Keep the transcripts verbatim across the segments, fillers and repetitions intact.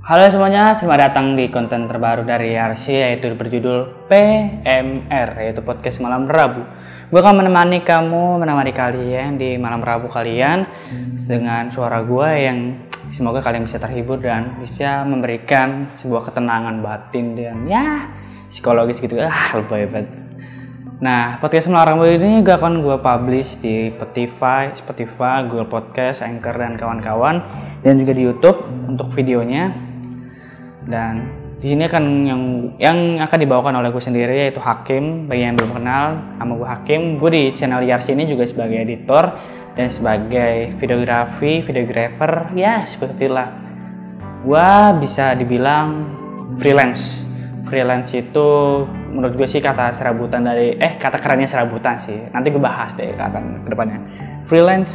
Halo semuanya, selamat datang di konten terbaru dari R C, yaitu berjudul P M R, yaitu podcast malam Rabu. Gue akan menemani kamu, menemani kalian di malam Rabu kalian dengan suara gue yang semoga kalian bisa terhibur dan bisa memberikan sebuah ketenangan batin dan ya psikologis gitu. Ah, lebay banget. Nah, podcast malam Rabu ini gue akan gue publish di Spotify, Spotify, Google Podcast, Anchor dan kawan-kawan, dan juga di YouTube untuk videonya. Dan di sini akan yang yang akan dibawakan oleh gue sendiri, yaitu Hakim. Bagi yang belum kenal, nama gue Hakim. Gue di channel Y R C ini juga sebagai editor dan sebagai videografi, videographer, ya seperti itulah. Gue bisa dibilang freelance. Freelance itu menurut gue sih kata serabutan dari eh kata kerennya serabutan sih. Nanti gue bahas deh kata kedepannya. Freelance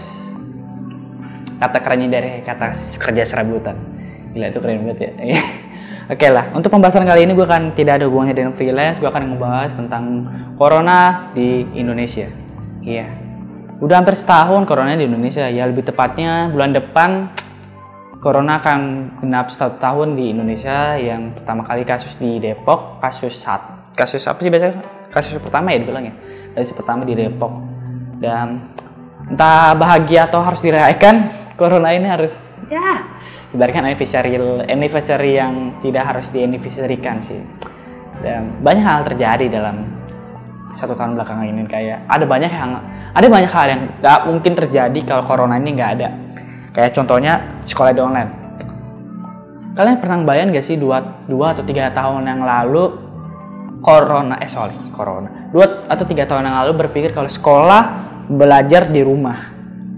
kata kerennya dari kata kerja serabutan. Gila, itu keren banget ya. Oke okay lah, untuk pembahasan kali ini gue akan tidak ada hubungannya dengan freelance. Gue akan ngebahas tentang corona di Indonesia. Iya, udah hampir setahun corona di Indonesia. Ya lebih tepatnya bulan depan corona akan genap satu tahun di Indonesia. Yang pertama kali kasus di Depok, kasus sat, kasus apa sih biasanya? Kasus pertama ya dibilangnya. Kasus pertama di Depok. Dan entah bahagia atau harus dirayakan, corona ini harus ya ibaratkan anniversary anniversary yang tidak harus di-anniversary-kan sih. Dan banyak hal terjadi dalam satu tahun belakangan ini, kayak ada banyak yang ada banyak hal yang nggak mungkin terjadi kalau corona ini nggak ada. Kayak contohnya sekolah di online. Kalian pernah bayangin gak sih dua, dua atau tiga tahun yang lalu corona eh sorry corona dua atau tiga tahun yang lalu berpikir kalau sekolah belajar di rumah?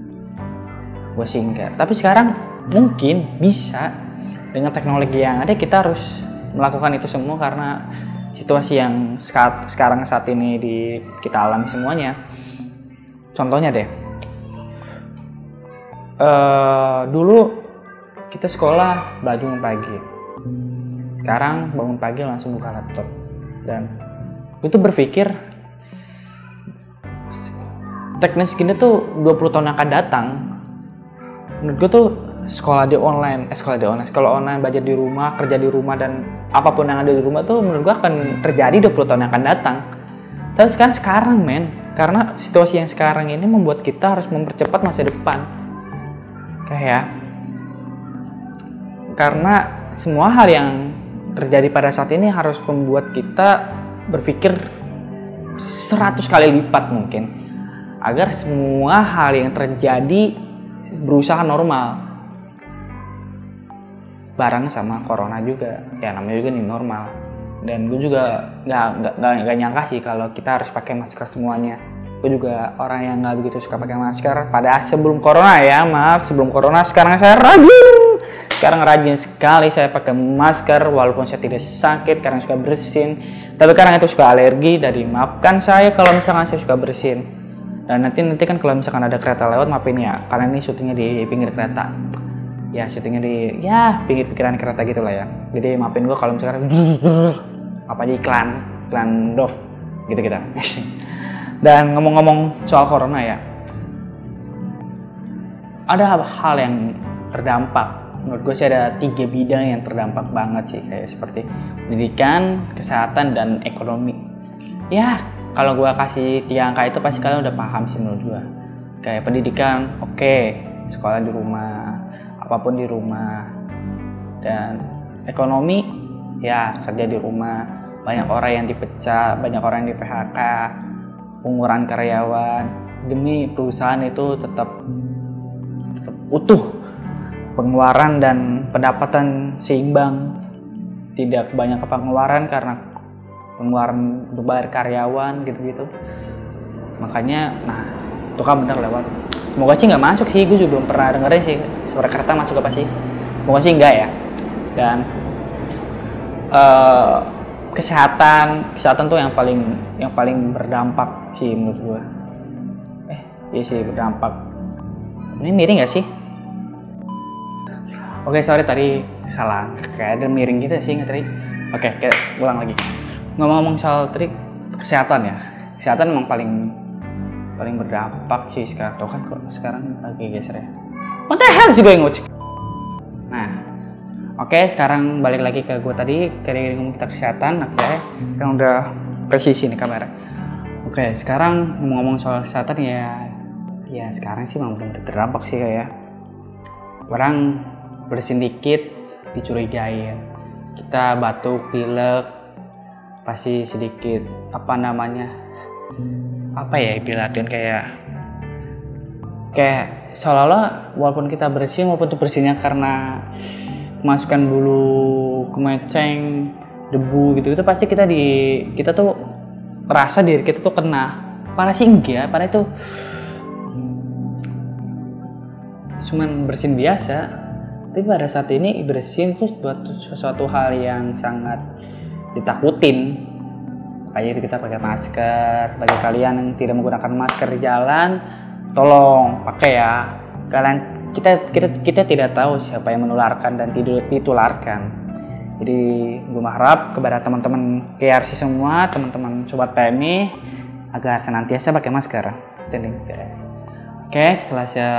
Gue sih enggak. Tapi sekarang mungkin bisa dengan teknologi yang ada, kita harus melakukan itu semua karena situasi yang sekat, sekarang saat ini di kita alami semuanya. Contohnya deh, uh, dulu kita sekolah bangun pagi, sekarang bangun pagi langsung buka laptop, dan gue tuh berpikir teknis gini tuh dua puluh tahun yang akan datang. Menurut gue tuh sekolah di online, eh sekolah di online, sekolah online, belajar di rumah, kerja di rumah, dan apapun yang ada di rumah tuh menurut gue akan terjadi dua puluh tahun yang akan datang. Tapi sekarang sekarang men, karena situasi yang sekarang ini membuat kita harus mempercepat masa depan. Kayak karena semua hal yang terjadi pada saat ini harus membuat kita berpikir seratus kali lipat mungkin agar semua hal yang terjadi berusaha normal bareng sama corona juga. Ya namanya juga nih normal. Dan gue juga nggak nggak nggak nyangka sih kalau kita harus pakai masker semuanya. Gue juga orang yang nggak begitu suka pakai masker pada sebelum corona ya, maaf sebelum corona. Sekarang saya rajin, sekarang rajin sekali saya pakai masker walaupun saya tidak sakit karena suka bersin. Tapi karena itu suka alergi, jadi maafkan saya kalau misalkan saya suka bersin. Dan nanti nanti kan kalau misalkan ada kereta lewat, maafin ya, karena ini syutingnya di pinggir kereta. Ya syutingnya di ya pinggir pikiran kereta gitu lah ya. Jadi maafin gue kalau misalkan apa aja iklan iklan Dove gitu gitu. Dan ngomong-ngomong soal corona ya, ada hal yang terdampak. Menurut gue sih ada tiga bidang yang terdampak banget sih, kayak seperti pendidikan, kesehatan, dan ekonomi. Ya kalau gue kasih tiga angka itu pasti kalian udah paham sih menurut gue. Kayak pendidikan, oke, okay, sekolah di rumah, apapun di rumah. Dan ekonomi, ya kerja di rumah, banyak orang yang dipecat, banyak orang yang di P H K, pengurangan karyawan, demi perusahaan itu tetap, tetap utuh, pengeluaran dan pendapatan seimbang, tidak banyak pengeluaran karena pengeluaran untuk bayar karyawan gitu-gitu. Makanya, nah itu kan bener lewat. Semoga sih nggak masuk sih, gue juga belum pernah dengerin sih suara kereta masuk apa sih. Semoga sih enggak ya. Dan uh, kesehatan, kesehatan tuh yang paling yang paling berdampak sih menurut gue. Eh, iya sih berdampak. Ini miring nggak sih? Oke, sorry tadi salah. Kayak ada miring gitu sih nggak tadi. Oke, kayak ulang lagi. Ngomong-ngomong soal trik kesehatan ya, kesehatan emang paling paling berdampak sih sekarang. Tuh kan kok sekarang lagi geser ya. What the hell sih gue ngocek. Nah, Oke, sekarang balik lagi ke gue tadi, kayak ngomong kita kesehatan. Oke, kan udah presisi nih kamera. Oke, sekarang ngomong soal kesehatan ya, ya sekarang sih memang belum terdampak sih kayak orang bersin dikit dicurigain. Kita batuk, pilek, pasti sedikit apa namanya, apa ya ibaratnya kayak kayak seolah-olah walaupun kita bersin, walaupun itu bersihnya karena masukkan bulu kemeceng, debu gitu itu pasti kita di kita tuh rasa diri kita tuh kena. Padahal sih enggak, padahal itu cuman bersin biasa. Tapi pada saat ini bersin tuh buat sesuatu hal yang sangat ditakutin. Kayak kita pakai masker. Bagi kalian yang tidak menggunakan masker di jalan, tolong pakai ya. Kalian kita kita kita tidak tahu siapa yang menularkan dan tidak ditularkan. Jadi gue mengharap kepada teman-teman K R C semua, teman-teman sobat P M I agar senantiasa pakai masker. Oke, setelah saya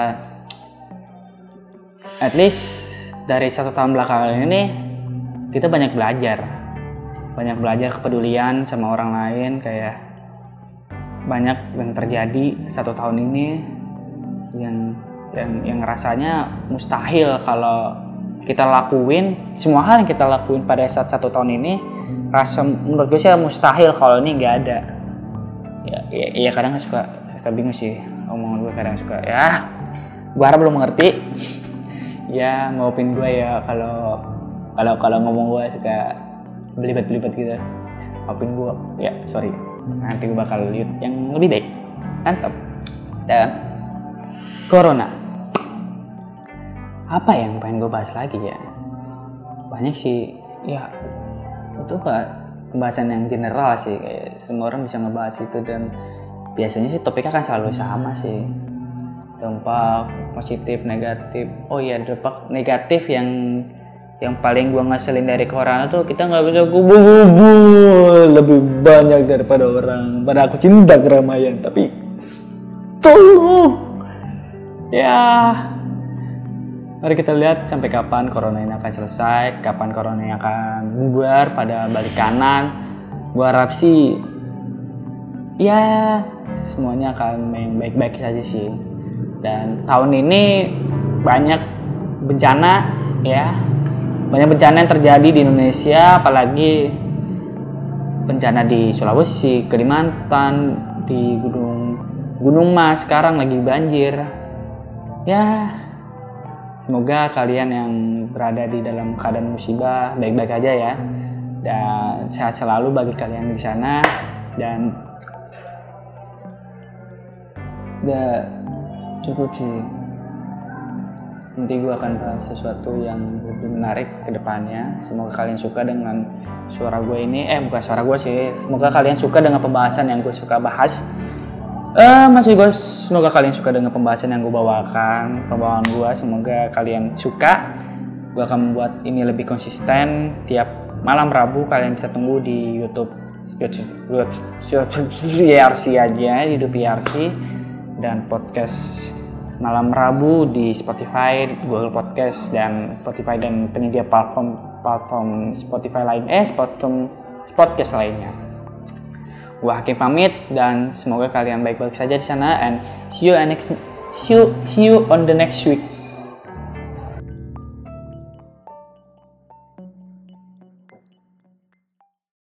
at least dari satu tahun belakangan ini kita banyak belajar, banyak belajar kepedulian sama orang lain. Kayak banyak yang terjadi satu tahun ini yang yang yang rasanya mustahil kalau kita lakuin. Semua hal yang kita lakuin pada saat satu tahun ini rasa menurut gue sih mustahil kalau ini nggak ada. Ya, ya, ya kadang suka suka bingung sih omongan gue, kadang suka ya gue harap belum mengerti ya, maafin gue ya kalau kalau kalau ngomong gue suka belibet-belibet gitu, maafin gue ya, sorry. Nanti gue bakal lihat yang lebih baik. Mantap. Dan corona, apa yang pengen gue bahas lagi ya? Banyak sih, ya itu pak pembahasan yang general sih, kayak semua orang bisa ngebahas itu dan biasanya sih topiknya kan selalu sama sih, dampak positif, negatif. Oh iya, dampak negatif yang yang paling gue ngeselin dari corona tuh kita nggak bisa kubu-kubu lebih banyak daripada orang. Pada aku cinta keramaian, tapi tolong ya. Mari kita lihat sampai kapan corona ini akan selesai, kapan corona ini akan bubar pada balik kanan. Gua harap sih, ya semuanya akan main baik-baik saja sih. Dan tahun ini banyak bencana, ya, banyak bencana yang terjadi di Indonesia, apalagi bencana di Sulawesi, Kalimantan, di Gunung Gunung Mas sekarang lagi banjir. Ya. Semoga kalian yang berada di dalam keadaan musibah baik-baik aja ya, dan sehat selalu bagi kalian di sana. Dan udah cukup sih. Nanti gue akan bahas sesuatu yang lebih menarik ke depannya. Semoga kalian suka dengan suara gue ini. Eh bukan suara gue sih. Semoga kalian suka dengan pembahasan yang gue suka bahas. Eh, masih gue semoga kalian suka dengan pembahasan yang gue bawakan, pembawaan gue. Semoga kalian suka. Gue akan membuat ini lebih konsisten tiap malam Rabu. Kalian bisa tunggu di YouTube P R C aja, di YouTube P R C, dan podcast malam Rabu di Spotify, Google Podcast, dan Spotify dan penyedia platform platform Spotify lain, eh platform podcast lainnya. Gua Hakim pamit dan semoga kalian baik-baik saja di sana, and see you next see you, see you on the next week.